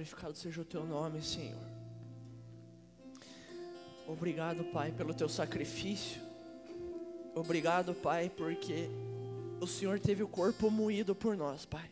glorificado seja o teu nome, Senhor. Obrigado, Pai, pelo teu sacrifício. Obrigado, Pai, porque o Senhor teve o corpo moído por nós, Pai.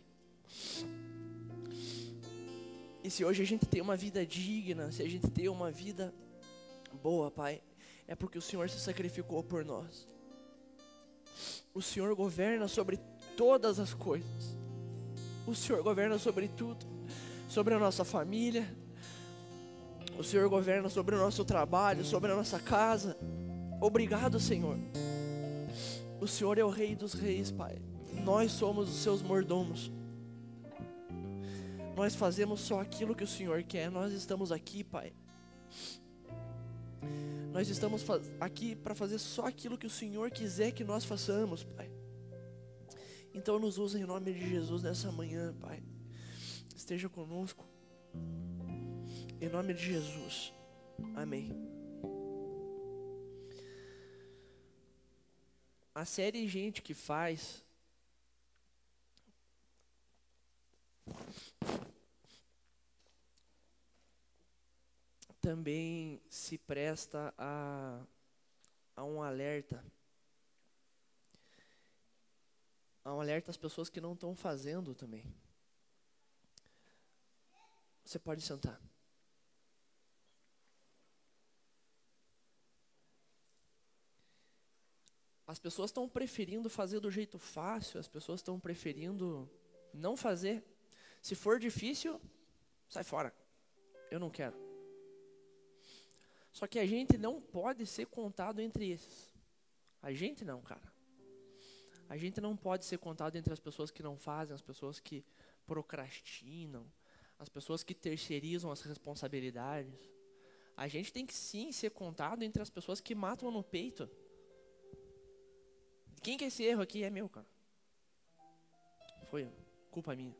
E se hoje a gente tem uma vida digna, se a gente tem uma vida boa, Pai, é porque o Senhor se sacrificou por nós. O Senhor governa sobre todas as coisas. O Senhor governa sobre tudo, sobre a nossa família. O Senhor governa sobre o nosso trabalho, sobre a nossa casa. Obrigado, Senhor. O Senhor é o Rei dos Reis, Pai. Nós somos os seus mordomos. Nós fazemos só aquilo que o Senhor quer. Nós estamos aqui, Pai. Nós estamos aqui para fazer só aquilo que o Senhor quiser que nós façamos, Pai. Então nos usa em nome de Jesus nessa manhã, Pai. Esteja conosco. Em nome de Jesus. Amém. A série Gente que Faz também se presta a um alerta. A um alerta às pessoas que não estão fazendo também. Você pode sentar. As pessoas estão preferindo fazer do jeito fácil, as pessoas estão preferindo não fazer. Se for difícil, sai fora. Eu não quero. Só que a gente não pode ser contado entre esses. A gente não, cara. A gente não pode ser contado entre as pessoas que não fazem, as pessoas que procrastinam, as pessoas que terceirizam as responsabilidades. A gente tem que sim ser contado entre as pessoas que matam no peito. Quem que esse erro aqui é meu, cara? Foi culpa minha.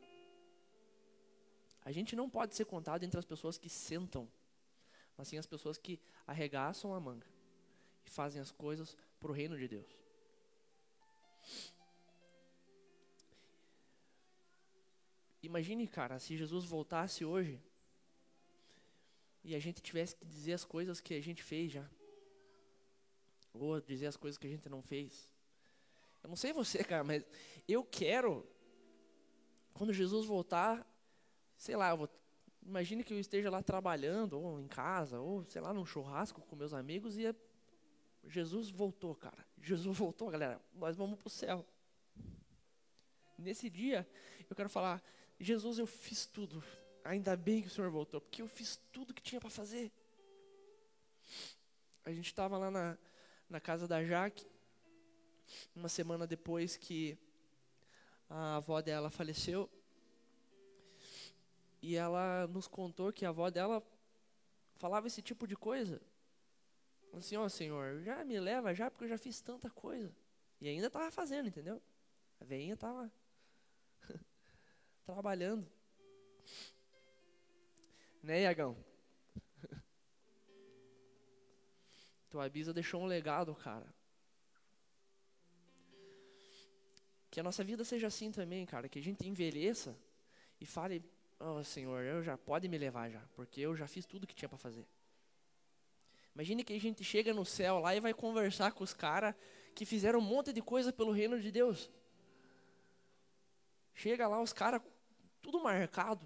A gente não pode ser contado entre as pessoas que sentam, mas sim as pessoas que arregaçam a manga e fazem as coisas para o reino de Deus. Imagine, cara, se Jesus voltasse hoje e a gente tivesse que dizer as coisas que a gente fez já, ou dizer as coisas que a gente não fez. Eu não sei você, cara, mas eu quero, quando Jesus voltar, sei lá, imagine que eu esteja lá trabalhando, ou em casa, ou sei lá, num churrasco com meus amigos e Jesus voltou, cara. Jesus voltou, galera. Nós vamos pro céu. Nesse dia, eu quero falar, Jesus, eu fiz tudo. Ainda bem que o Senhor voltou, porque eu fiz tudo que tinha para fazer. A gente estava lá na casa da Jaque, uma semana depois que a avó dela faleceu. E ela nos contou que a avó dela falava esse tipo de coisa. Assim, ó, Senhor, já me leva já, porque eu já fiz tanta coisa. E ainda estava fazendo, entendeu? A velhinha estava trabalhando. Né, Iagão? Tua bisa deixou um legado, cara. Que a nossa vida seja assim também, cara. Que a gente envelheça e fale, ó, Senhor, eu já pode me levar já, porque eu já fiz tudo que tinha para fazer. Imagine que a gente chega no céu lá e vai conversar com os caras que fizeram um monte de coisa pelo reino de Deus. Chega lá os caras, tudo marcado.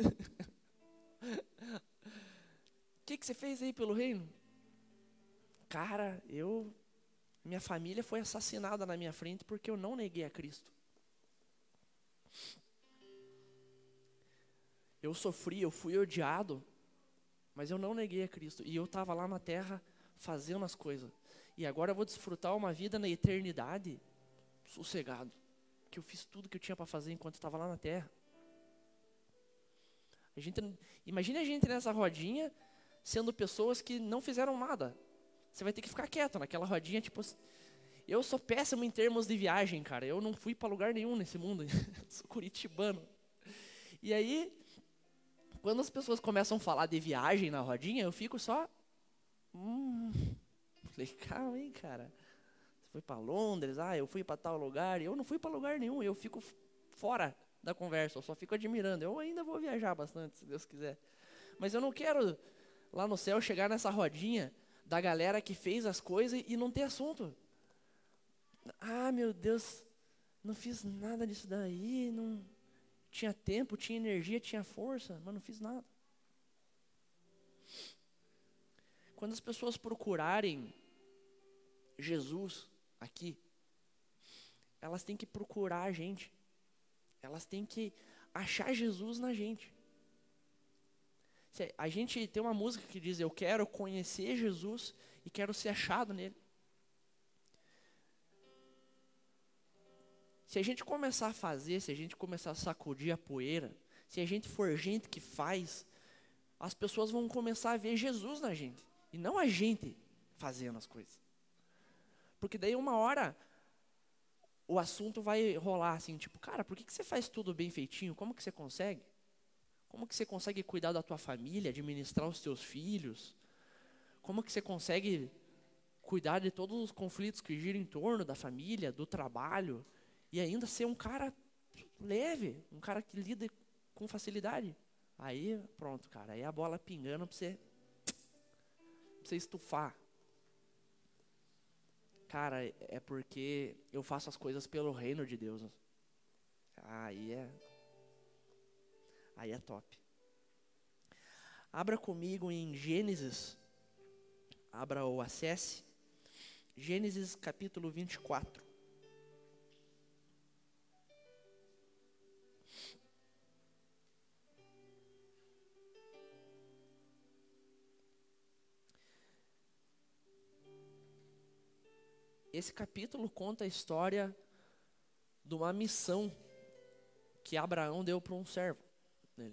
O que você fez aí pelo reino? Cara, minha família foi assassinada na minha frente porque eu não neguei a Cristo. Eu sofri, eu fui odiado, mas eu não neguei a Cristo. E eu estava lá na terra fazendo as coisas. E agora eu vou desfrutar uma vida na eternidade sossegado. Que eu fiz tudo que eu tinha para fazer enquanto eu estava lá na terra. Imagine a gente nessa rodinha, sendo pessoas que não fizeram nada. Você vai ter que ficar quieto naquela rodinha, tipo... Eu sou péssimo em termos de viagem, cara. Eu não fui para lugar nenhum nesse mundo. Sou curitibano. E aí... Quando as pessoas começam a falar de viagem na rodinha, eu fico só... Legal, hein, cara? Você foi para Londres, eu fui para tal lugar. Eu não fui para lugar nenhum, eu fico fora. da conversa, eu só fico admirando. Eu ainda vou viajar bastante, se Deus quiser. Mas eu não quero, lá no céu, chegar nessa rodinha da galera que fez as coisas e não ter assunto. Ah, meu Deus, não fiz nada disso daí, não tinha tempo, tinha energia, tinha força, mas não fiz nada. Quando as pessoas procurarem Jesus aqui, elas têm que procurar a gente. Elas têm que achar Jesus na gente. A gente tem uma música que diz: eu quero conhecer Jesus e quero ser achado nele. Se a gente começar a fazer, se a gente começar a sacudir a poeira, se a gente for gente que faz, as pessoas vão começar a ver Jesus na gente. E não a gente fazendo as coisas. Porque daí uma hora o assunto vai rolar assim, tipo, cara, por que você faz tudo bem feitinho? Como que você consegue? Como que você consegue cuidar da tua família, administrar os teus filhos? Como que você consegue cuidar de todos os conflitos que giram em torno da família, do trabalho, e ainda ser um cara leve, um cara que lida com facilidade? Aí, pronto, cara, aí a bola pingando pra você estufar. Cara, é porque eu faço as coisas pelo reino de Deus. Aí é top. Abra comigo em Gênesis. Abra ou acesse. Gênesis capítulo 24. Esse capítulo conta a história de uma missão que Abraão deu para um servo dele.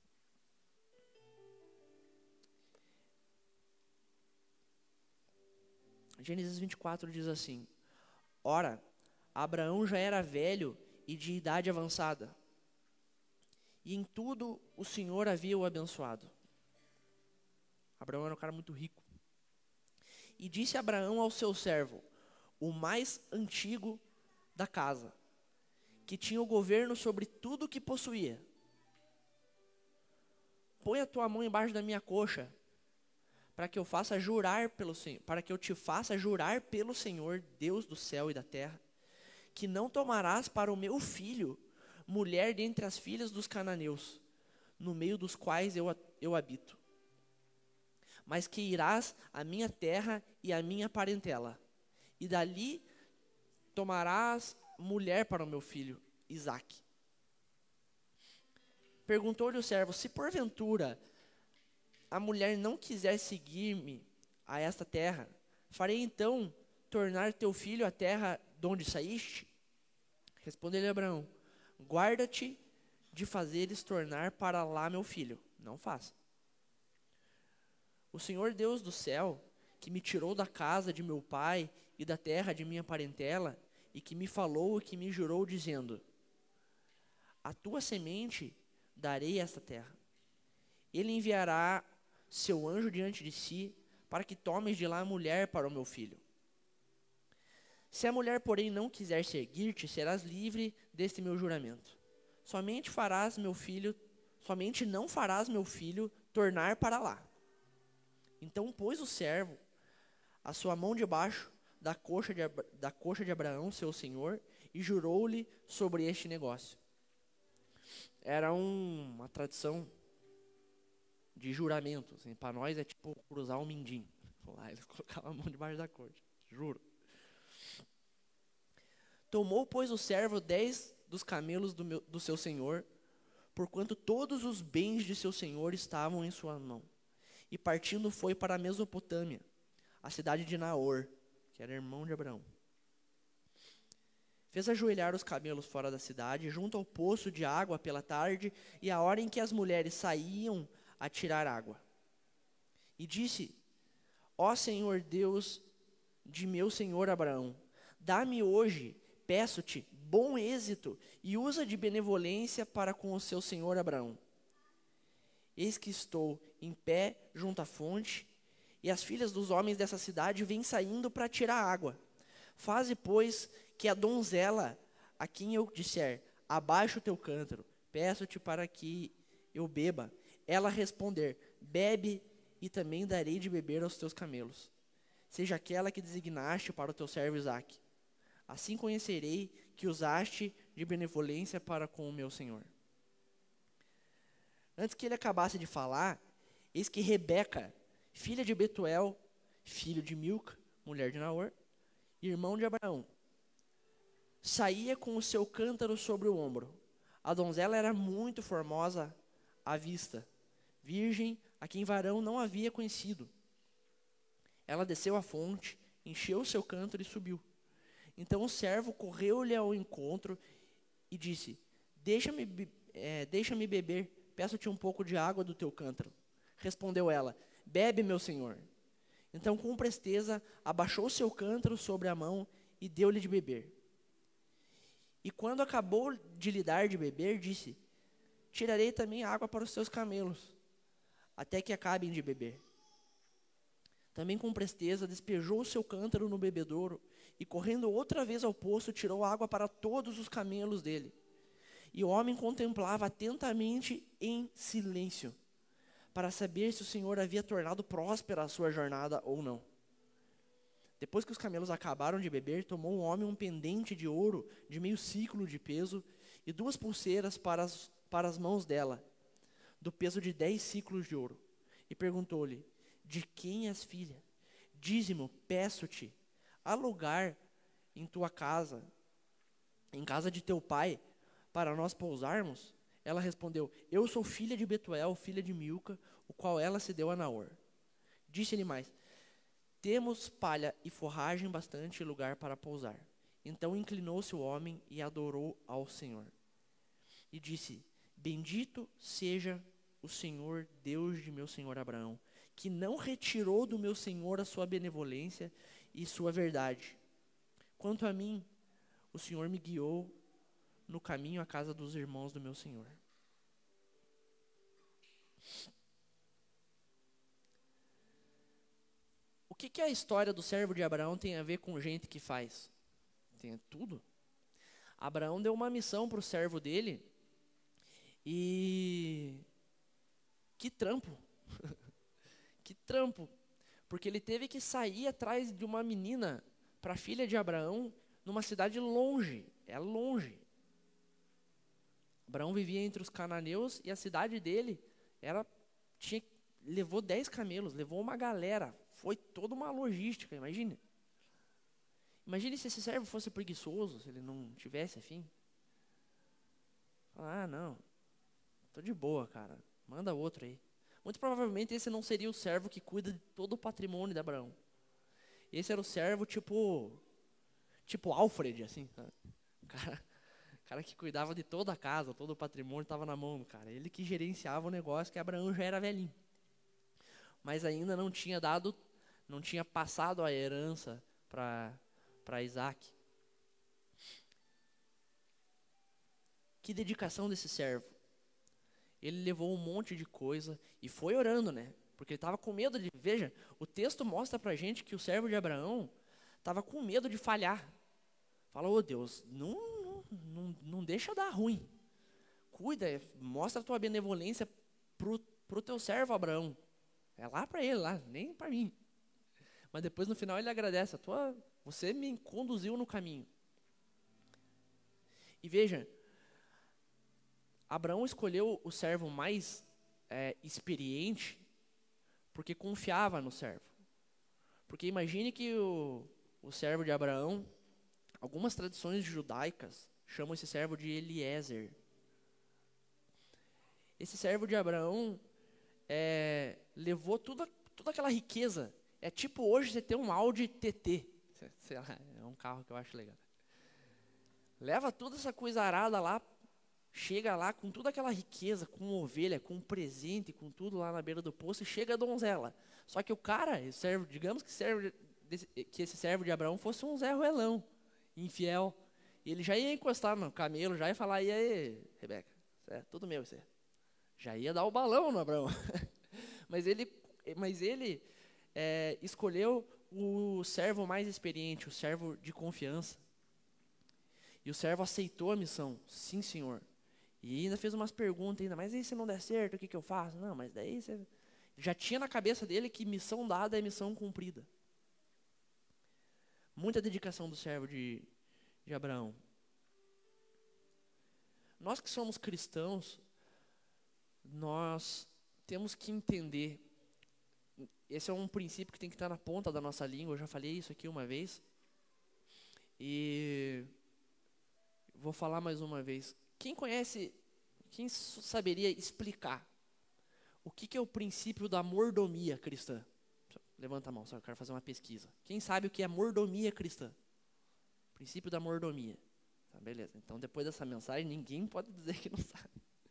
Gênesis 24 diz assim: ora, Abraão já era velho e de idade avançada, e em tudo o Senhor havia o abençoado. Abraão era um cara muito rico. E disse Abraão ao seu servo, o mais antigo da casa, que tinha o governo sobre tudo o que possuía: põe a tua mão embaixo da minha coxa, para que eu faça jurar pelo Senhor, para que eu te faça jurar pelo Senhor, Deus do céu e da terra, que não tomarás para o meu filho mulher dentre as filhas dos cananeus, no meio dos quais eu habito, mas que irás à minha terra e à minha parentela, e dali tomarás mulher para o meu filho Isaque. Perguntou-lhe o servo: se porventura a mulher não quiser seguir-me a esta terra, farei então tornar teu filho à terra de onde saíste? Respondeu-lhe Abraão: guarda-te de fazeres tornar para lá meu filho, não faça. O Senhor Deus do céu, que me tirou da casa de meu pai e da terra de minha parentela, e que me falou e que me jurou, dizendo: a tua semente darei esta terra. Ele enviará seu anjo diante de si, para que tomes de lá a mulher para o meu filho. Se a mulher, porém, não quiser seguir-te, serás livre deste meu juramento. Somente não farás meu filho tornar para lá. Então pôs o servo a sua mão debaixo da coxa de Abraão, seu senhor, e jurou-lhe sobre este negócio. Era uma tradição de juramento. Assim, para nós é tipo cruzar um mindinho. Lá eles colocavam a mão debaixo da coxa. Juro. Tomou, pois, o servo 10 dos camelos do seu senhor, porquanto todos os bens de seu senhor estavam em sua mão. E partindo foi para a Mesopotâmia, a cidade de Naor, que era irmão de Abraão. Fez ajoelhar os camelos fora da cidade, junto ao poço de água pela tarde, e a hora em que as mulheres saíam a tirar água. E disse: ó Senhor Deus de meu senhor Abraão, dá-me hoje, peço-te, bom êxito, e usa de benevolência para com o seu senhor Abraão. Eis que estou em pé junto à fonte, e as filhas dos homens dessa cidade vêm saindo para tirar água. Faze, pois, que a donzela, a quem eu disser, abaixa o teu cântaro, peço-te para que eu beba. Ela responder, bebe, e também darei de beber aos teus camelos. Seja aquela que designaste para o teu servo Isaque. Assim conhecerei que usaste de benevolência para com o meu senhor. Antes que ele acabasse de falar, eis que Rebeca, filha de Betuel, filho de Milca, mulher de Naor, irmão de Abraão, saía com o seu cântaro sobre o ombro. A donzela era muito formosa à vista, virgem, a quem varão não havia conhecido. Ela desceu à fonte, encheu o seu cântaro e subiu. Então o servo correu-lhe ao encontro e disse, deixa-me beber, peço-te um pouco de água do teu cântaro. Respondeu ela, bebe, meu senhor. Então com presteza abaixou o seu cântaro sobre a mão e deu-lhe de beber. E quando acabou de lhe dar de beber, disse, tirarei também água para os teus camelos, até que acabem de beber. Também com presteza despejou o seu cântaro no bebedouro, e correndo outra vez ao poço, tirou água para todos os camelos dele. E o homem contemplava atentamente em silêncio, para saber se o Senhor havia tornado próspera a sua jornada ou não. Depois que os camelos acabaram de beber, tomou o homem um pendente de ouro de meio ciclo de peso, e 2 pulseiras para as mãos dela, do peso de 10 ciclos de ouro. E perguntou-lhe, de quem és filha? Dize-me, peço-te, há lugar em tua casa, em casa de teu pai, para nós pousarmos? Ela respondeu, eu sou filha de Betuel, filha de Milca, o qual ela se deu a Naor. Disse-lhe mais, temos palha e forragem bastante lugar para pousar. Então inclinou-se o homem e adorou ao Senhor. E disse, bendito seja o Senhor, Deus de meu senhor Abraão, que não retirou do meu senhor a sua benevolência e sua verdade. Quanto a mim, o Senhor me guiou no caminho à casa dos irmãos do meu senhor. O que a história do servo de Abraão tem a ver com gente que faz? Tem tudo. Abraão deu uma missão para o servo dele e que trampo. Que trampo. Porque ele teve que sair atrás de uma menina para a filha de Abraão numa cidade longe. É longe. Abraão vivia entre os cananeus e a cidade dele levou 10 camelos, levou uma galera. Foi toda uma logística, imagine. Imagine se esse servo fosse preguiçoso, se ele não tivesse afim. Ah, não, tô de boa, cara, manda outro aí. Muito provavelmente esse não seria o servo que cuida de todo o patrimônio de Abraão. Esse era o servo tipo Alfred, assim, sabe? O cara que cuidava de toda a casa, todo o patrimônio estava na mão do cara. Ele que gerenciava o negócio, que Abraão já era velhinho. Mas ainda não tinha passado a herança para Isaac. Que dedicação desse servo. Ele levou um monte de coisa e foi orando, né? Porque ele estava com medo de... Veja, o texto mostra pra gente que o servo de Abraão estava com medo de falhar. Fala, ô Deus, não deixa dar ruim. Cuida, mostra a tua benevolência pro teu servo Abraão. É lá para ele, lá, nem para mim. Mas depois no final ele agradece, você me conduziu no caminho. E veja, Abraão escolheu o servo mais experiente porque confiava no servo. Porque imagine que o servo de Abraão, algumas tradições judaicas chamam esse servo de Eliezer. Esse servo de Abraão levou toda aquela riqueza. É tipo hoje você ter um Audi TT. Sei lá, é um carro que eu acho legal. Leva toda essa coisa arada lá, chega lá com toda aquela riqueza, com ovelha, com presente, com tudo lá na beira do poço, e chega a donzela. Só que o cara, digamos que esse servo de Abraão fosse um Zé Ruelão, infiel. E ele já ia encostar no camelo, já ia falar, e aí, Rebeca, tudo meu isso aí. Já ia dar o balão no Abraão. Mas ele escolheu o servo mais experiente, o servo de confiança. E o servo aceitou a missão. Sim, senhor. E ainda fez umas perguntas ainda, mas e se não der certo, o que eu faço? Não, mas daí você... Já tinha na cabeça dele que missão dada é missão cumprida. Muita dedicação do servo de Abraão. Nós que somos cristãos, nós temos que entender, esse é um princípio que tem que estar na ponta da nossa língua, eu já falei isso aqui uma vez, e vou falar mais uma vez. Quem saberia explicar o que é o princípio da mordomia cristã? Levanta a mão, só eu quero fazer uma pesquisa. Quem sabe o que é mordomia cristã? Princípio da mordomia. Tá, beleza. Então, depois dessa mensagem, ninguém pode dizer que não sabe.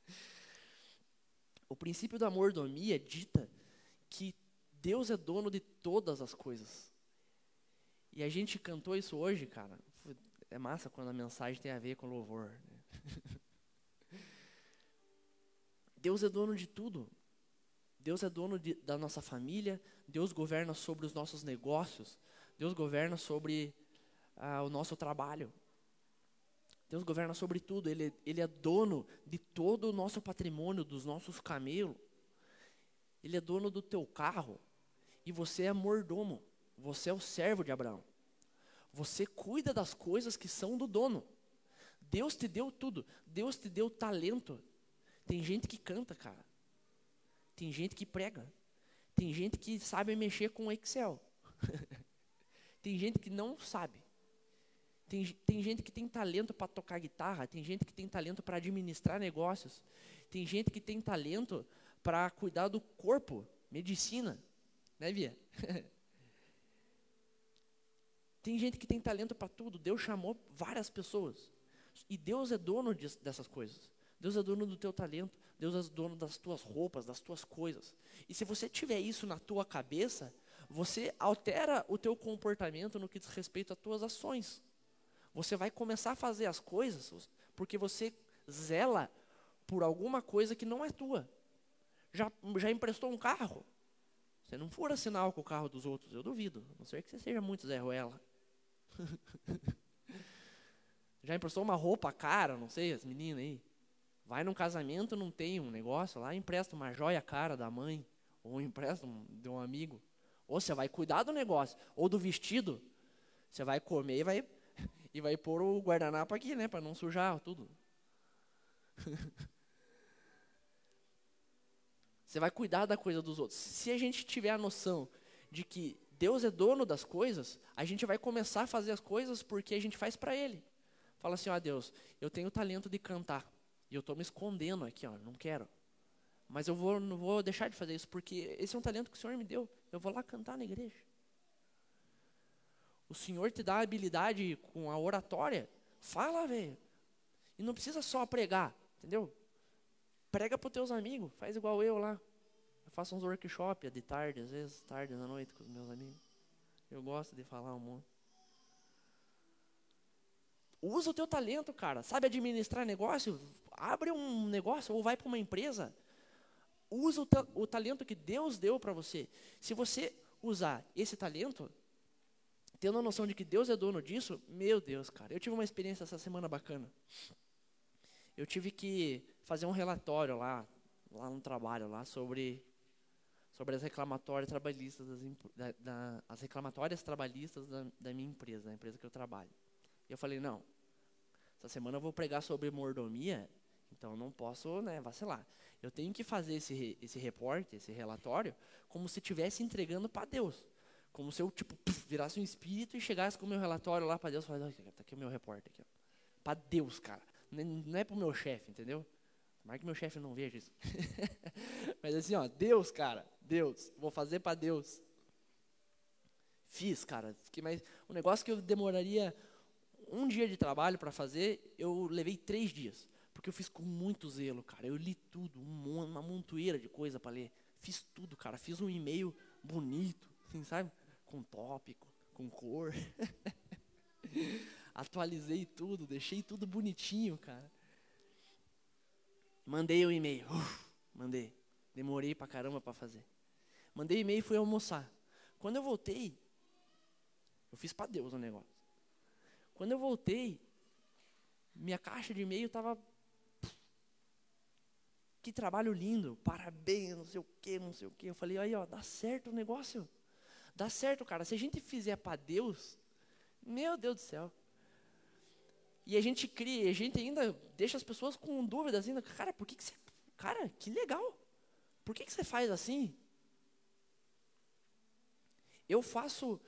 O princípio da mordomia dita que Deus é dono de todas as coisas. E a gente cantou isso hoje, cara. É massa quando a mensagem tem a ver com louvor, né? Deus é dono de tudo. Deus é dono da nossa família, Deus governa sobre os nossos negócios, Deus governa sobre o nosso trabalho. Deus governa sobre tudo, Ele é dono de todo o nosso patrimônio, dos nossos camelos. Ele é dono do teu carro e você é mordomo, você é o servo de Abraão. Você cuida das coisas que são do dono. Deus te deu tudo, Deus te deu talento. Tem gente que canta, cara. Tem gente que prega. Tem gente que sabe mexer com Excel. Tem gente que não sabe. Tem gente que tem talento para tocar guitarra. Tem gente que tem talento para administrar negócios. Tem gente que tem talento para cuidar do corpo, medicina. Né, Bia? Tem gente que tem talento para tudo. Deus chamou várias pessoas. E Deus é dono dessas coisas. Deus é dono do teu talento. Deus é dono das tuas roupas, das tuas coisas. E se você tiver isso na tua cabeça, você altera o teu comportamento no que diz respeito às tuas ações. Você vai começar a fazer as coisas porque você zela por alguma coisa que não é tua. Já emprestou um carro? Você não fura sinal com o carro dos outros, eu duvido. A não ser que você seja muito Zé Ruela. Já emprestou uma roupa cara, não sei, as meninas aí. Vai num casamento, não tem um negócio lá, empresta uma joia cara da mãe, ou empresta de um amigo. Ou você vai cuidar do negócio, ou do vestido. Você vai comer e vai pôr o guardanapo aqui, né, para não sujar tudo. Você vai cuidar da coisa dos outros. Se a gente tiver a noção de que Deus é dono das coisas, a gente vai começar a fazer as coisas porque a gente faz para Ele. Fala assim, ó, Deus, eu tenho o talento de cantar. E eu estou me escondendo aqui, ó, não quero. Mas eu não vou deixar de fazer isso, porque esse é um talento que o Senhor me deu. Eu vou lá cantar na igreja. O Senhor te dá a habilidade com a oratória. Fala, velho. E não precisa só pregar, entendeu? Prega para os teus amigos, faz igual eu lá. Eu faço uns workshops de tarde, às vezes tarde da noite com os meus amigos. Eu gosto de falar um monte. Usa o teu talento, cara. Sabe administrar negócio? Abre um negócio ou vai para uma empresa. Usa o talento que Deus deu para você. Se você usar esse talento, tendo a noção de que Deus é dono disso, meu Deus, cara. Eu tive uma experiência essa semana bacana. Eu tive que fazer um relatório lá no trabalho, lá sobre as reclamatórias trabalhistas as reclamatórias trabalhistas da minha empresa, da empresa que eu trabalho. E eu falei, não, essa semana eu vou pregar sobre mordomia, então eu não posso, né, vacilar. Eu tenho que fazer esse reporte, esse relatório, como se estivesse entregando para Deus. Como se eu, virasse um espírito e chegasse com o meu relatório lá para Deus e falasse, tá aqui o meu repórter, aqui, para Deus, cara. Não é para o meu chefe, entendeu? Tomara que meu chefe não veja isso. Mas assim, ó, Deus, cara, Deus, vou fazer para Deus. Fiz, cara. Mas um negócio que eu demoraria um dia de trabalho para fazer, eu levei 3 dias. Porque eu fiz com muito zelo, cara. Eu li tudo, uma montoeira de coisa para ler. Fiz tudo, cara. Fiz um e-mail bonito, assim, sabe? Com tópico, com cor. Atualizei tudo, deixei tudo bonitinho, cara. Mandei o e-mail. Mandei. Demorei pra caramba pra fazer. Mandei o e-mail e fui almoçar. Quando eu voltei, eu fiz pra Deus o negócio. Quando eu voltei, minha caixa de e-mail estava... Que trabalho lindo, parabéns, não sei o quê, não sei o quê. Eu falei, aí ó, dá certo o negócio. Dá certo, cara. Se a gente fizer para Deus, meu Deus do céu. E a gente cria, a gente ainda deixa as pessoas com dúvidas ainda. Cara, por que você... Cara, que legal. Por que você faz assim? Eu faço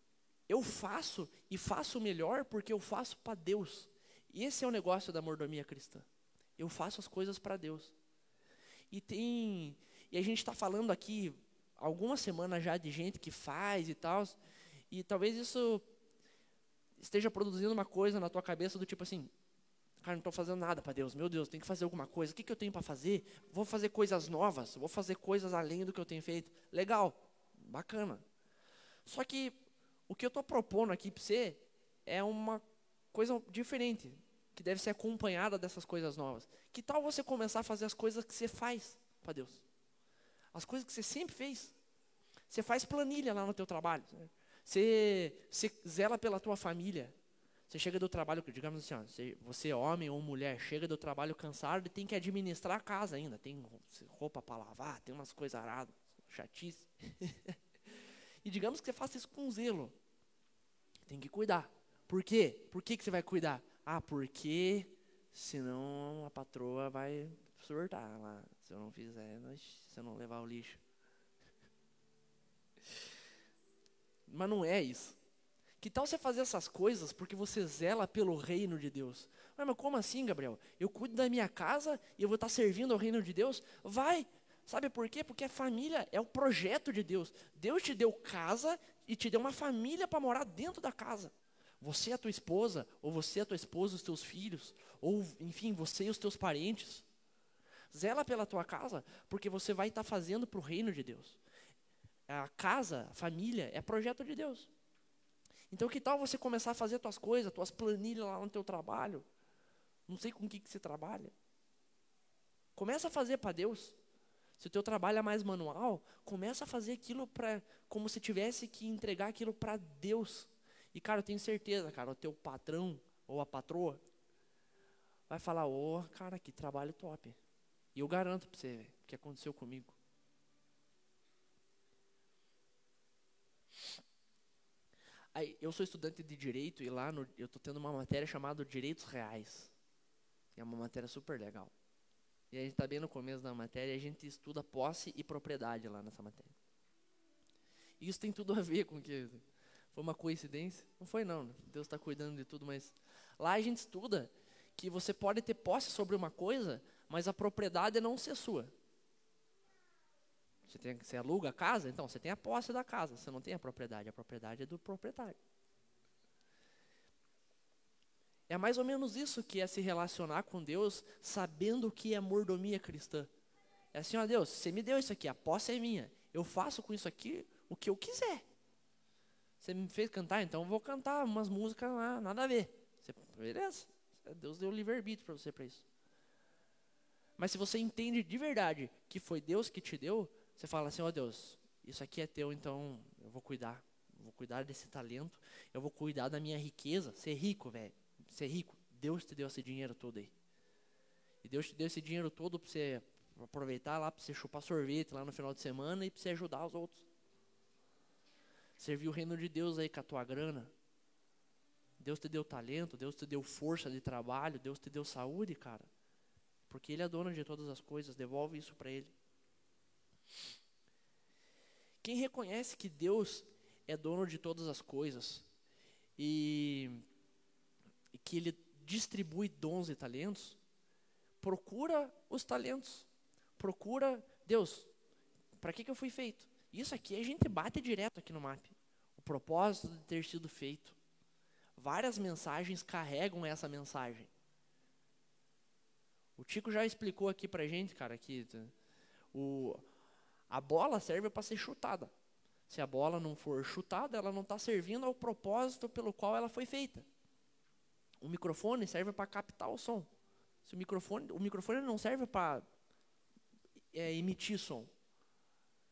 e faço melhor porque eu faço para Deus. E esse é o negócio da mordomia cristã. Eu faço as coisas para Deus. E a gente está falando aqui algumas semanas já de gente que faz e tal, e talvez isso esteja produzindo uma coisa na tua cabeça do tipo assim, cara, não estou fazendo nada para Deus, meu Deus, tem que fazer alguma coisa, o que eu tenho para fazer? Vou fazer coisas novas, vou fazer coisas além do que eu tenho feito. Legal, bacana. Só que o que eu estou propondo aqui para você é uma coisa diferente, que deve ser acompanhada dessas coisas novas. Que tal você começar a fazer as coisas que você faz para Deus? As coisas que você sempre fez. Você faz planilha lá no teu trabalho. Você zela pela tua família. Você chega do trabalho, digamos assim, ó, você homem ou mulher, chega do trabalho cansado e tem que administrar a casa ainda. Tem roupa para lavar, tem umas coisas aradas, chatice. E digamos que você faça isso com zelo. Tem que cuidar. Por quê? Por que você vai cuidar? Porque senão a patroa vai surtar lá. Se eu não fizer, se eu não levar o lixo. Mas não é isso. Que tal você fazer essas coisas porque você zela pelo reino de Deus? Mas como assim, Gabriel? Eu cuido da minha casa e eu vou estar servindo ao reino de Deus? Vai! Sabe por quê? Porque a família é o projeto de Deus. Deus te deu casa e te deu uma família para morar dentro da casa. Você e a tua esposa, ou você e a tua esposa e os teus filhos, ou enfim, você e os teus parentes. Zela pela tua casa, porque você vai estar fazendo para o reino de Deus. A casa, a família, é projeto de Deus. Então que tal você começar a fazer tuas coisas, tuas planilhas lá no teu trabalho? Não sei com o que você trabalha. Começa a fazer para Deus. Se o teu trabalho é mais manual, começa a fazer aquilo como se tivesse que entregar aquilo para Deus. E, cara, eu tenho certeza, cara, o teu patrão ou a patroa vai falar, cara, que trabalho top. E eu garanto para você, o que aconteceu comigo. Aí, eu sou estudante de Direito e lá eu estou tendo uma matéria chamada Direitos Reais. É uma matéria super legal. E a gente está bem no começo da matéria e a gente estuda posse e propriedade lá nessa matéria. E isso tem tudo a ver com que... Foi uma coincidência? Não foi não, Deus está cuidando de tudo, mas... Lá a gente estuda que você pode ter posse sobre uma coisa, mas a propriedade não ser sua. Você aluga a casa, então você tem a posse da casa, você não tem a propriedade é do proprietário. É mais ou menos isso que é se relacionar com Deus, sabendo o que é mordomia cristã. É assim, ó Deus, você me deu isso aqui, a posse é minha, eu faço com isso aqui o que eu quiser. Você me fez cantar, então eu vou cantar umas músicas lá, nada a ver. Beleza, Deus deu livre-arbítrio para você para isso. Mas se você entende de verdade que foi Deus que te deu, você fala assim, ó Deus, isso aqui é teu, então eu vou cuidar desse talento, eu vou cuidar da minha riqueza, ser rico, velho, ser rico, Deus te deu esse dinheiro todo aí. E Deus te deu esse dinheiro todo para você aproveitar lá, para você chupar sorvete lá no final de semana e para você ajudar os outros. Servir o reino de Deus aí com a tua grana. Deus te deu talento, Deus te deu força de trabalho, Deus te deu saúde, cara. Porque Ele é dono de todas as coisas, devolve isso para Ele. Quem reconhece que Deus é dono de todas as coisas e que Ele distribui dons e talentos, procura os talentos. Procura, Deus, para que eu fui feito? Isso aqui a gente bate direto aqui no MAP. O propósito de ter sido feito. Várias mensagens carregam essa mensagem. O Tico já explicou aqui pra gente, cara, que a bola serve para ser chutada. Se a bola não for chutada, ela não está servindo ao propósito pelo qual ela foi feita. O microfone serve para captar o som. Se o microfone não serve para emitir som.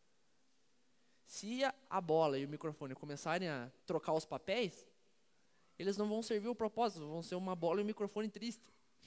Se a bola e o microfone começarem a trocar os papéis, eles não vão servir o propósito, vão ser uma bola e um microfone triste.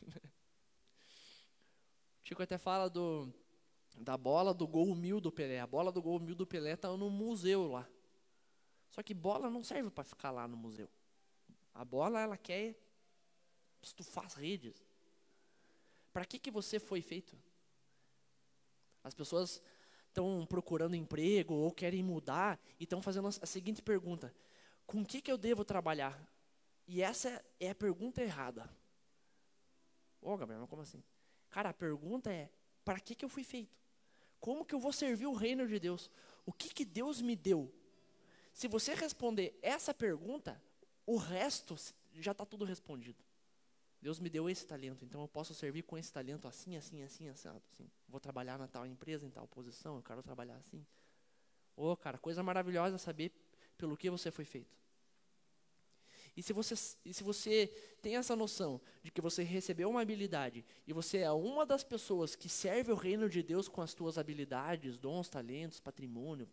O Chico até fala da bola do gol 1000 do Pelé. A bola do gol 1000 do Pelé está no museu lá. Só que bola não serve para ficar lá no museu. A bola, ela quer estufar as redes. Para que você foi feito? As pessoas estão procurando emprego ou querem mudar e estão fazendo a seguinte pergunta: com o que eu devo trabalhar? E essa é a pergunta errada. Ô, Gabriel, mas como assim? Cara, a pergunta é: para que eu fui feito? Como que eu vou servir o reino de Deus? O que Deus me deu? Se você responder essa pergunta, o resto já está tudo respondido. Deus me deu esse talento, então eu posso servir com esse talento assim, assim, assim, assim. Vou trabalhar na tal empresa, em tal posição, eu quero trabalhar assim. Ô, cara, coisa maravilhosa saber pelo que você foi feito. E se você tem essa noção de que você recebeu uma habilidade e você é uma das pessoas que serve o reino de Deus com as suas habilidades, dons, talentos, patrimônio,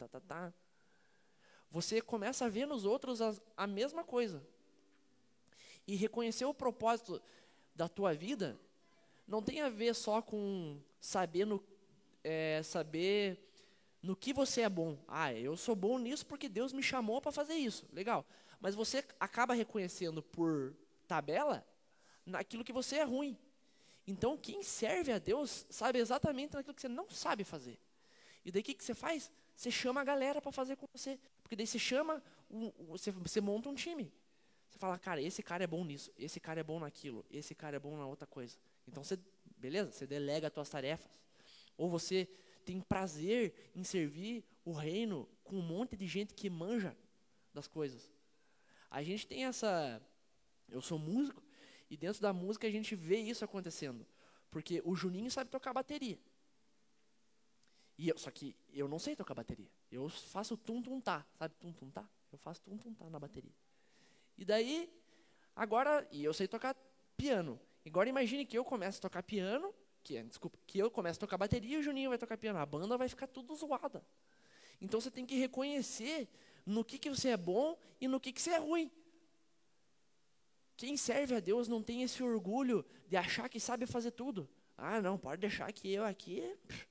você começa a ver nos outros a mesma coisa. E reconhecer o propósito da tua vida não tem a ver só com saber no que você é bom. Ah, eu sou bom nisso porque Deus me chamou para fazer isso. Legal. Mas você acaba reconhecendo por tabela naquilo que você é ruim. Então, quem serve a Deus sabe exatamente naquilo que você não sabe fazer. E daí o que você faz? Você chama a galera para fazer com você. Porque daí você chama, você monta um time. Você fala, cara, esse cara é bom nisso, esse cara é bom naquilo, esse cara é bom na outra coisa. Então, beleza, você delega as tuas tarefas. Ou você tem prazer em servir o reino com um monte de gente que manja das coisas. A gente tem eu sou músico, e dentro da música a gente vê isso acontecendo. Porque o Juninho sabe tocar bateria. Só que eu não sei tocar bateria. Eu faço tum-tum-tá, sabe tum-tum-tá? Eu faço tum-tum-tá na bateria. E daí, e eu sei tocar piano. Agora imagine que eu comece a tocar piano, que eu comece a tocar bateria e o Juninho vai tocar piano. A banda vai ficar tudo zoada. Então você tem que reconhecer no que você é bom e no que você é ruim. Quem serve a Deus não tem esse orgulho de achar que sabe fazer tudo. Ah, não, pode deixar que eu aqui,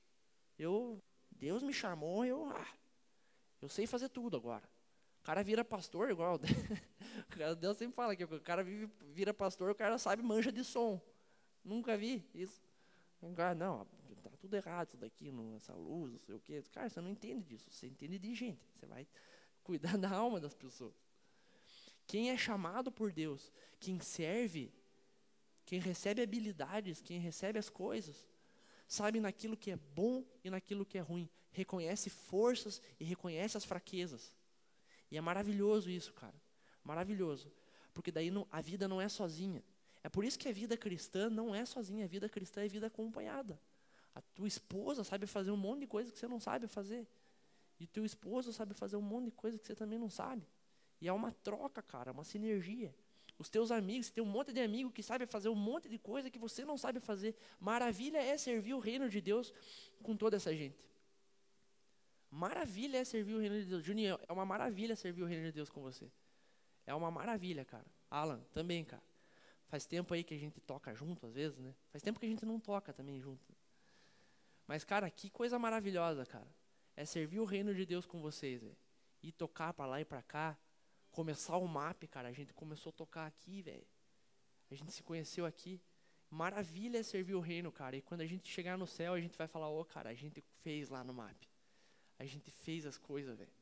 Deus me chamou, eu sei fazer tudo agora. O cara vira pastor igual, Deus sempre fala que o cara vira pastor, o cara sabe, manja de som. Nunca vi isso. Não, tá tudo errado isso daqui, essa luz, não sei o quê. Cara, você não entende disso, você entende de gente. Você vai cuidar da alma das pessoas. Quem é chamado por Deus, quem serve, quem recebe habilidades, quem recebe as coisas, sabe naquilo que é bom e naquilo que é ruim. Reconhece forças e reconhece as fraquezas. E é maravilhoso isso, cara. Maravilhoso. Porque daí a vida não é sozinha. É por isso que a vida cristã não é sozinha. A vida cristã é vida acompanhada. A tua esposa sabe fazer um monte de coisa que você não sabe fazer. E teu esposo sabe fazer um monte de coisa que você também não sabe. E é uma troca, cara, uma sinergia. Os teus amigos, você tem um monte de amigo que sabe fazer um monte de coisa que você não sabe fazer. Maravilha é servir o reino de Deus com toda essa gente. Maravilha é servir o reino de Deus. Juninho, é uma maravilha servir o reino de Deus com você. É uma maravilha, cara. Alan, também, cara. Faz tempo aí que a gente toca junto, às vezes, né? Faz tempo que a gente não toca também junto. Mas, cara, que coisa maravilhosa, cara. É servir o reino de Deus com vocês, velho. Ir tocar pra lá e pra cá. Começar o MAP, cara. A gente começou a tocar aqui, velho. A gente se conheceu aqui. Maravilha é servir o reino, cara. E quando a gente chegar no céu, a gente vai falar, cara, a gente fez lá no MAP. A gente fez as coisas, velho.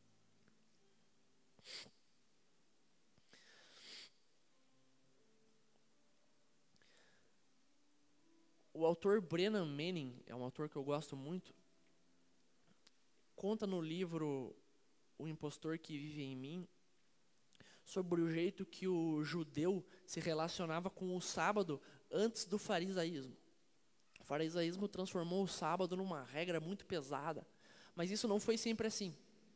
O autor Brennan Manning, é um autor que eu gosto muito, conta no livro O Impostor que Vive em Mim, sobre o jeito que o judeu se relacionava com o sábado antes do farisaísmo. O farisaísmo transformou o sábado numa regra muito pesada, mas isso não foi sempre assim.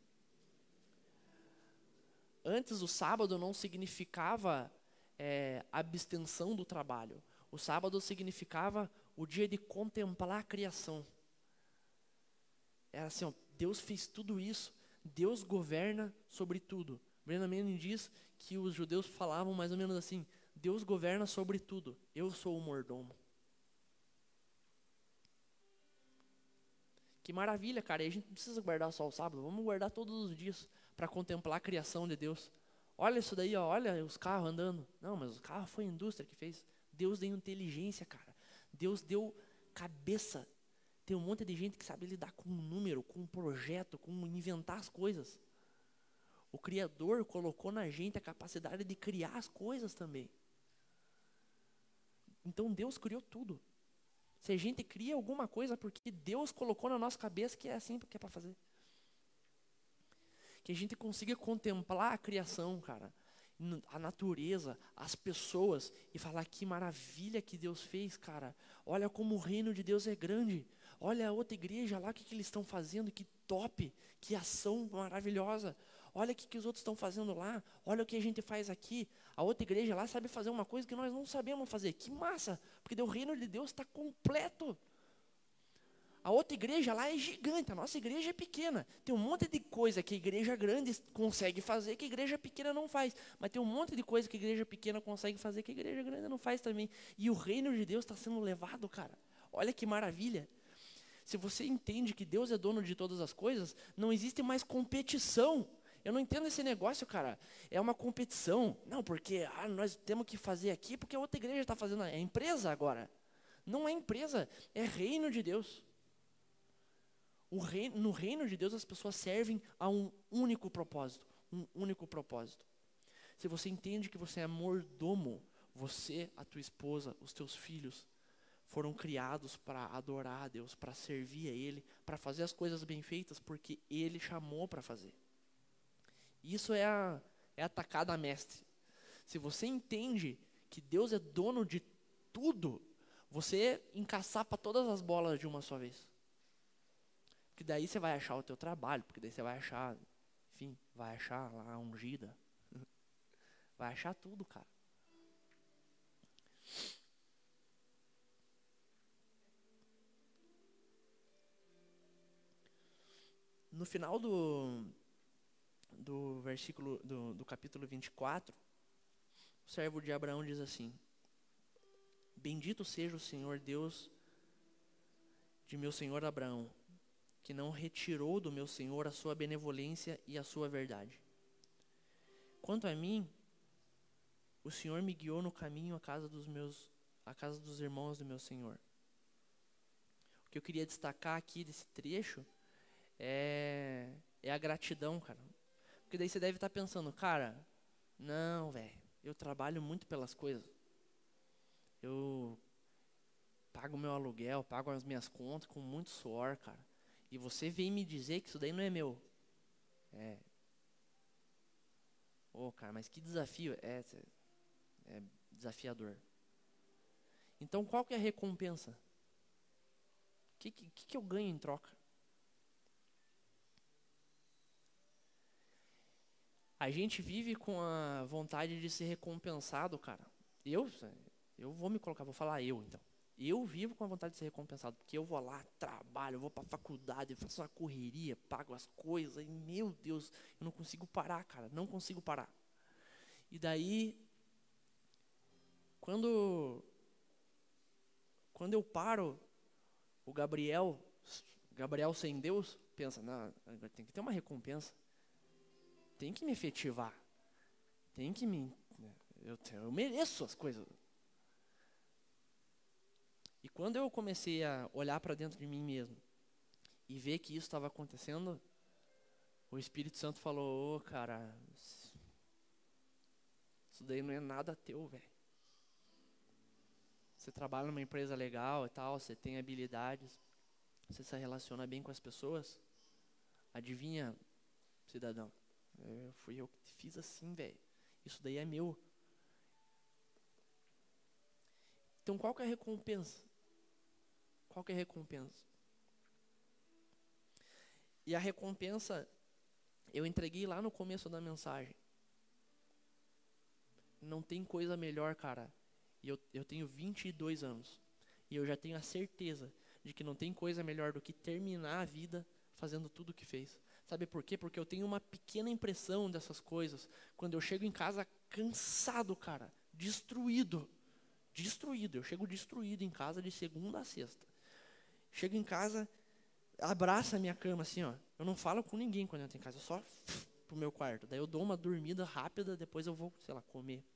Antes, o sábado não significava abstenção do trabalho. O sábado significava o dia de contemplar a criação. Era assim, Deus fez tudo isso, Deus governa sobre tudo. Brennan Manning diz que os judeus falavam mais ou menos assim: Deus governa sobre tudo, eu sou o mordomo. Que maravilha, cara. E a gente não precisa guardar só o sábado, vamos guardar todos os dias para contemplar a criação de Deus. Olha isso daí, ó, olha os carros andando. Não, mas o carro foi a indústria que fez. Deus deu inteligência, cara. Deus deu cabeça. Tem um monte de gente que sabe lidar com um número, com um projeto, com inventar as coisas. O Criador colocou na gente a capacidade de criar as coisas também. Então Deus criou tudo. Se a gente cria alguma coisa, porque Deus colocou na nossa cabeça que é assim que é para fazer. Que a gente consiga contemplar a criação, cara. A natureza, as pessoas, e falar que maravilha que Deus fez, cara. Olha como o reino de Deus é grande. Olha a outra igreja lá, o que eles estão fazendo, que top, que ação maravilhosa. Olha o que os outros estão fazendo lá, olha o que a gente faz aqui. A outra igreja lá sabe fazer uma coisa que nós não sabemos fazer. Que massa, porque o reino de Deus está completo. A outra igreja lá é gigante, a nossa igreja é pequena. Tem um monte de coisa que a igreja grande consegue fazer que a igreja pequena não faz. Mas tem um monte de coisa que a igreja pequena consegue fazer que a igreja grande não faz também. E o reino de Deus está sendo levado, cara. Olha que maravilha. Se você entende que Deus é dono de todas as coisas, não existe mais competição. Eu não entendo esse negócio, cara. É uma competição. Não, porque nós temos que fazer aqui porque a outra igreja está fazendo. É empresa agora. Não é empresa, é reino de Deus. No reino de Deus as pessoas servem a um único propósito. Um único propósito. Se você entende que você é mordomo, você, a tua esposa, os teus filhos, foram criados para adorar a Deus, para servir a Ele, para fazer as coisas bem feitas, porque Ele chamou para fazer. Isso é a tacada mestre. Se você entende que Deus é dono de tudo, você encaçapa todas as bolas de uma só vez. Porque daí você vai achar o teu trabalho, porque daí você vai achar, enfim, vai achar lá a ungida. Vai achar tudo, cara. No final do versículo, do capítulo 24, o servo de Abraão diz assim: Bendito seja o Senhor Deus de meu senhor Abraão, que não retirou do meu senhor a sua benevolência e a sua verdade. Quanto a mim, o Senhor me guiou no caminho à casa dos irmãos do meu senhor. O que eu queria destacar aqui desse trecho é a gratidão, cara. Porque daí você deve estar pensando, cara, não, velho, eu trabalho muito pelas coisas. Eu pago meu aluguel, pago as minhas contas com muito suor, cara. E você vem me dizer que isso daí não é meu. Cara, mas que desafio. É desafiador. Então, qual que é a recompensa? O que eu ganho em troca? A gente vive com a vontade de ser recompensado, cara. Eu vou me colocar, vou falar eu, então. Eu vivo com a vontade de ser recompensado, porque eu vou lá, trabalho, eu vou pra faculdade, faço uma correria, pago as coisas, e meu Deus, eu não consigo parar, cara, não consigo parar. E daí, quando eu paro, o Gabriel sem Deus, pensa, não, tem que ter uma recompensa, tem que me efetivar, tem que eu mereço as coisas. E quando eu comecei a olhar para dentro de mim mesmo e ver que isso estava acontecendo, o Espírito Santo falou, cara, isso daí não é nada teu, velho. Você trabalha numa empresa legal e tal, você tem habilidades, você se relaciona bem com as pessoas. Adivinha, cidadão, fui eu que fiz assim, velho. Isso daí é meu. Então qual que é a recompensa? Qual que é a recompensa? E a recompensa, eu entreguei lá no começo da mensagem. Não tem coisa melhor, cara. E eu tenho 22 anos. E eu já tenho a certeza de que não tem coisa melhor do que terminar a vida fazendo tudo o que fez. Sabe por quê? Porque eu tenho uma pequena impressão dessas coisas. Quando eu chego em casa cansado, cara, destruído. Eu chego destruído em casa de segunda a sexta. Chego em casa, abraço a minha cama assim, ó. Eu não falo com ninguém quando eu entro em casa, eu só pro meu quarto. Daí eu dou uma dormida rápida, depois eu vou, sei lá, comer.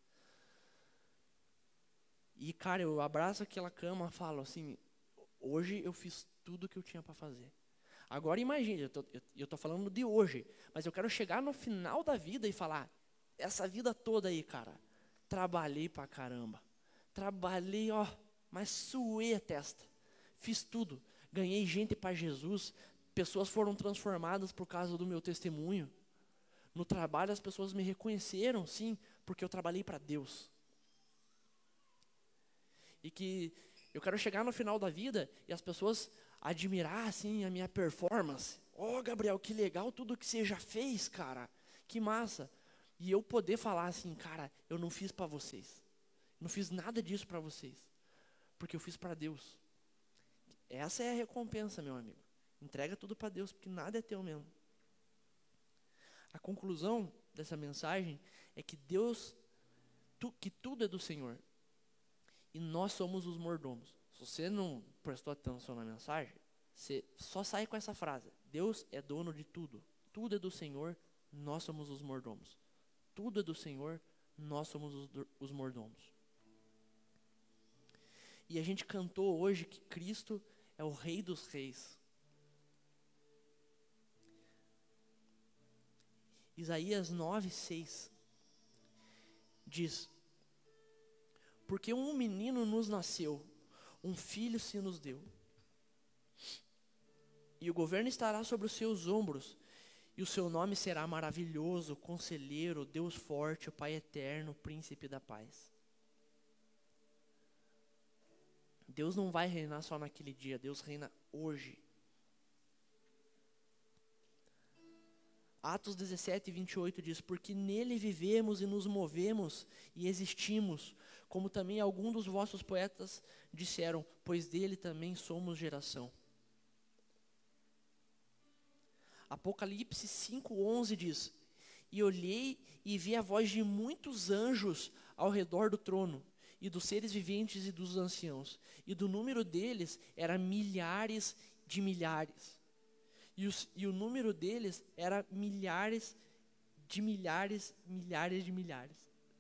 E, cara, eu abraço aquela cama e falo assim, hoje eu fiz tudo o que eu tinha para fazer. Agora imagine, eu tô falando de hoje, mas eu quero chegar no final da vida e falar, essa vida toda aí, cara, trabalhei pra caramba. Trabalhei, ó, mas suei a testa. Fiz tudo. Ganhei gente para Jesus. Pessoas foram transformadas por causa do meu testemunho. No trabalho as pessoas me reconheceram, sim, porque eu trabalhei para Deus. E que eu quero chegar no final da vida e as pessoas admirar, assim, a minha performance. Ó, Gabriel, que legal tudo que você já fez, cara. Que massa. E eu poder falar assim, cara, eu não fiz para vocês. Não fiz nada disso para vocês. Porque eu fiz para Deus. Essa é a recompensa, meu amigo. Entrega tudo para Deus, porque nada é teu mesmo. A conclusão dessa mensagem é que que tudo é do Senhor. E nós somos os mordomos. Se você não prestou atenção na mensagem, você só sai com essa frase. Deus é dono de tudo. Tudo é do Senhor, nós somos os mordomos. Tudo é do Senhor, nós somos os mordomos. E a gente cantou hoje que Cristo é o Rei dos Reis. Isaías 9:6 diz: porque um menino nos nasceu, um filho se nos deu. E o governo estará sobre os seus ombros, e o seu nome será maravilhoso, conselheiro, Deus forte, o Pai eterno, príncipe da paz. Deus não vai reinar só naquele dia, Deus reina hoje. Atos 17:28 diz, porque nele vivemos e nos movemos e existimos, como também alguns dos vossos poetas disseram, pois dele também somos geração. Apocalipse 5:11 diz, e olhei e vi a voz de muitos anjos ao redor do trono, e dos seres viventes e dos anciãos, e do número deles era milhares de milhares. E o número deles era milhares de milhares, milhares de milhares.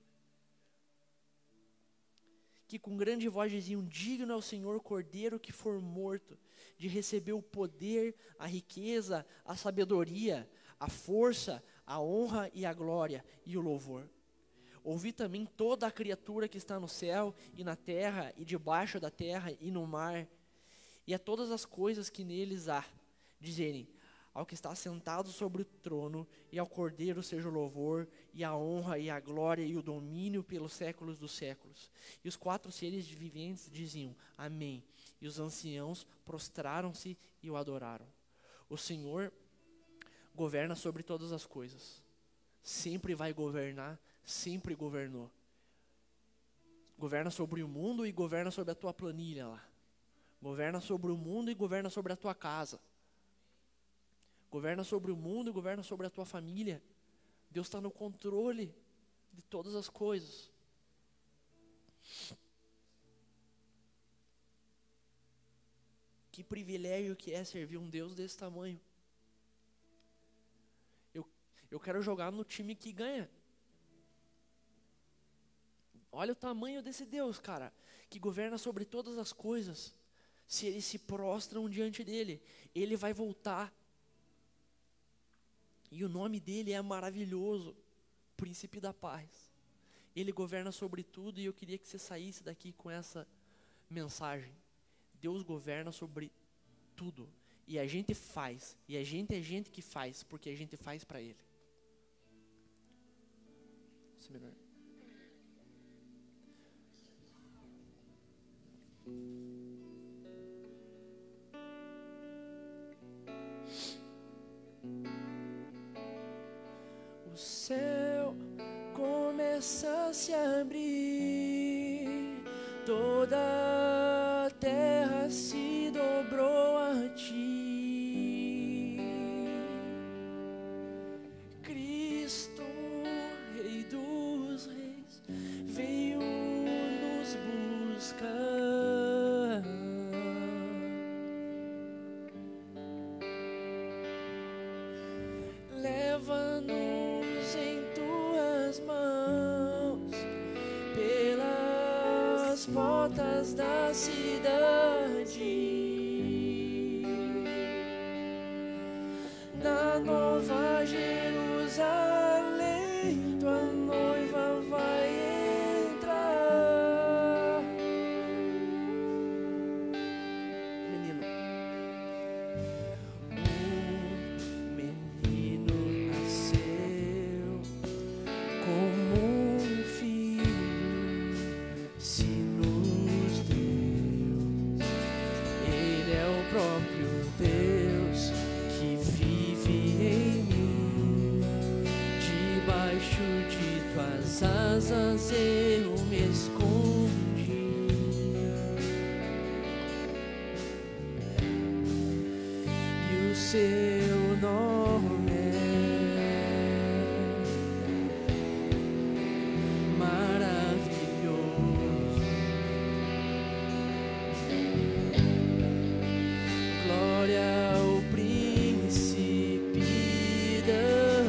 Que com grande voz diziam, digno é o Senhor Cordeiro que for morto, de receber o poder, a riqueza, a sabedoria, a força, a honra e a glória e o louvor. Ouvi também toda a criatura que está no céu e na terra e debaixo da terra e no mar, e a todas as coisas que neles há, dizerem, ao que está sentado sobre o trono e ao Cordeiro seja o louvor e a honra e a glória e o domínio pelos séculos dos séculos. E os 4 seres viventes diziam, amém. E os anciãos prostraram-se e o adoraram. O Senhor governa sobre todas as coisas. Sempre vai governar, sempre governou. Governa sobre o mundo e governa sobre a tua planilha lá. Governa sobre o mundo e governa sobre a tua casa. Governa sobre o mundo e governa sobre a tua família. Deus está no controle de todas as coisas. Que privilégio que é servir um Deus desse tamanho. Eu quero jogar no time que ganha. Olha o tamanho desse Deus, cara, que governa sobre todas as coisas. Se eles se prostram diante dele, ele vai voltar. E o nome dele é maravilhoso, Príncipe da Paz. Ele governa sobre tudo e eu queria que você saísse daqui com essa mensagem. Deus governa sobre tudo. E a gente faz. E a gente é gente que faz, porque a gente faz para ele. Isso é melhor. O céu começa a se abrir, toda a terra se dobrou a ti. portas da cidade. Na Nova Jerusalém, tua noiva vai entrar. Menino, menino nasceu como um filho, se nos deu. Ele é o próprio Deus que vive em mim. Debaixo de tuas asas eu me escondi. E o seu nome é maravilhoso. Glória ao príncipe da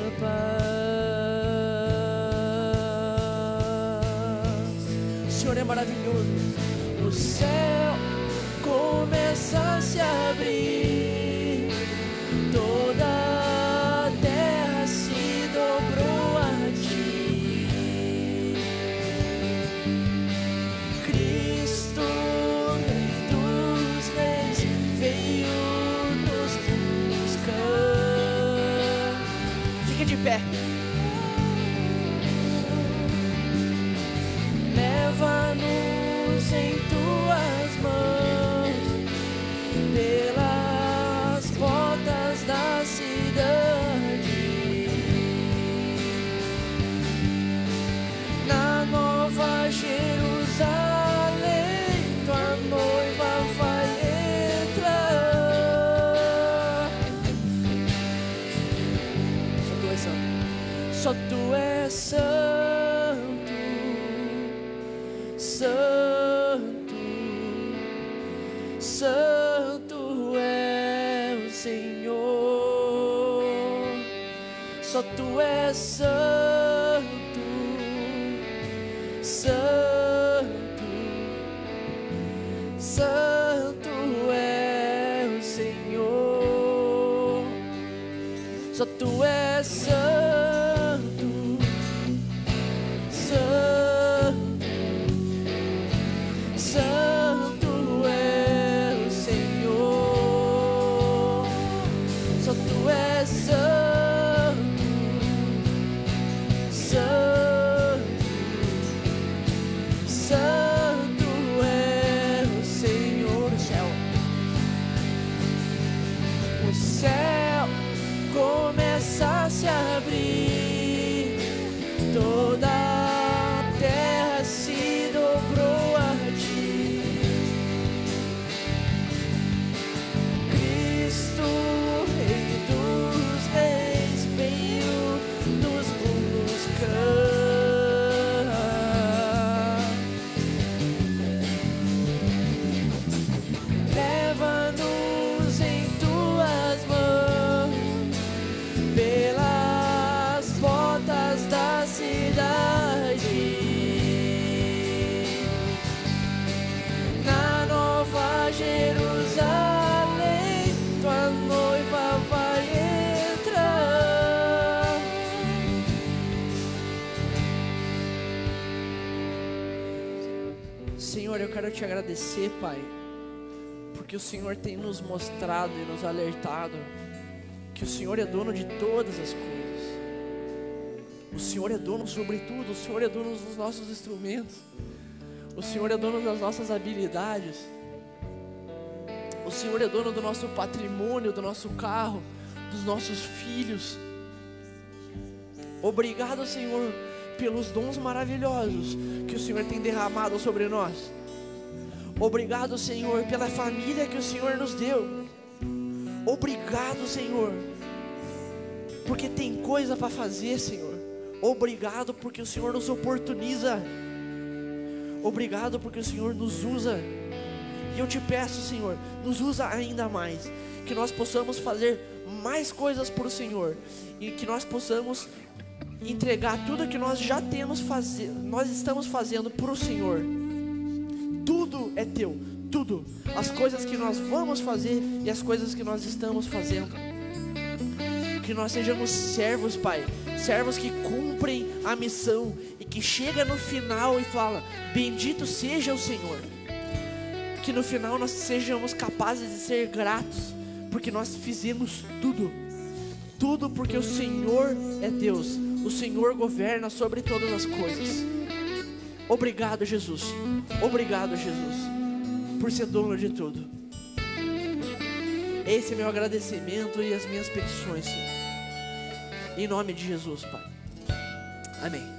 paz. O Senhor é maravilhoso. O céu começa a se abrir, toda a terra se dobrou a ti. Cristo, Rei dos Reis, veio nos buscar. Fique de pé. Leva-nos em tuas mãos pelas portas da cidade. Na Nova Jerusalém, tua noiva vai entrar. Só tu és santo, santo, santo é o Senhor. Só tu és santo, santo, santo é o Senhor. Só tu és santo, santo, santo é o Senhor. Só tu és santo, santo, santo é o Senhor. O céu começa a se abrir, toda a terra se dobrou a ti. Cristo, Rei dos Reis, veio nos buscar. Leva-nos em tuas mãos pelas portas da cidade. Na Nova Jerusalém, tua noiva vai entrar. Senhor, eu quero te agradecer, Pai, porque o Senhor tem nos mostrado e nos alertado que o Senhor é dono de todas as coisas. O Senhor é dono sobre tudo. O Senhor é dono dos nossos instrumentos. O Senhor é dono das nossas habilidades. O Senhor é dono do nosso patrimônio, do nosso carro, dos nossos filhos. Obrigado, Senhor, pelos dons maravilhosos que o Senhor tem derramado sobre nós. Obrigado, Senhor, pela família que o Senhor nos deu. Obrigado, Senhor, porque tem coisa para fazer, Senhor. Obrigado porque o Senhor nos oportuniza. Obrigado porque o Senhor nos usa. E eu te peço, Senhor, nos usa ainda mais, que nós possamos fazer mais coisas para o Senhor, e que nós possamos entregar tudo que nós já temos nós estamos fazendo para o Senhor. teu, tudo, as coisas que nós vamos fazer e as coisas que nós estamos fazendo. Que nós sejamos servos, Pai, servos que cumprem a missão e que chega no final e fala: bendito seja o Senhor. Que no final nós sejamos capazes de ser gratos, porque nós fizemos tudo porque o Senhor é Deus, o Senhor governa sobre todas as coisas. Obrigado, Jesus, por ser dono de tudo. Esse é meu agradecimento e as minhas petições, Senhor. Em nome de Jesus, Pai. Amém.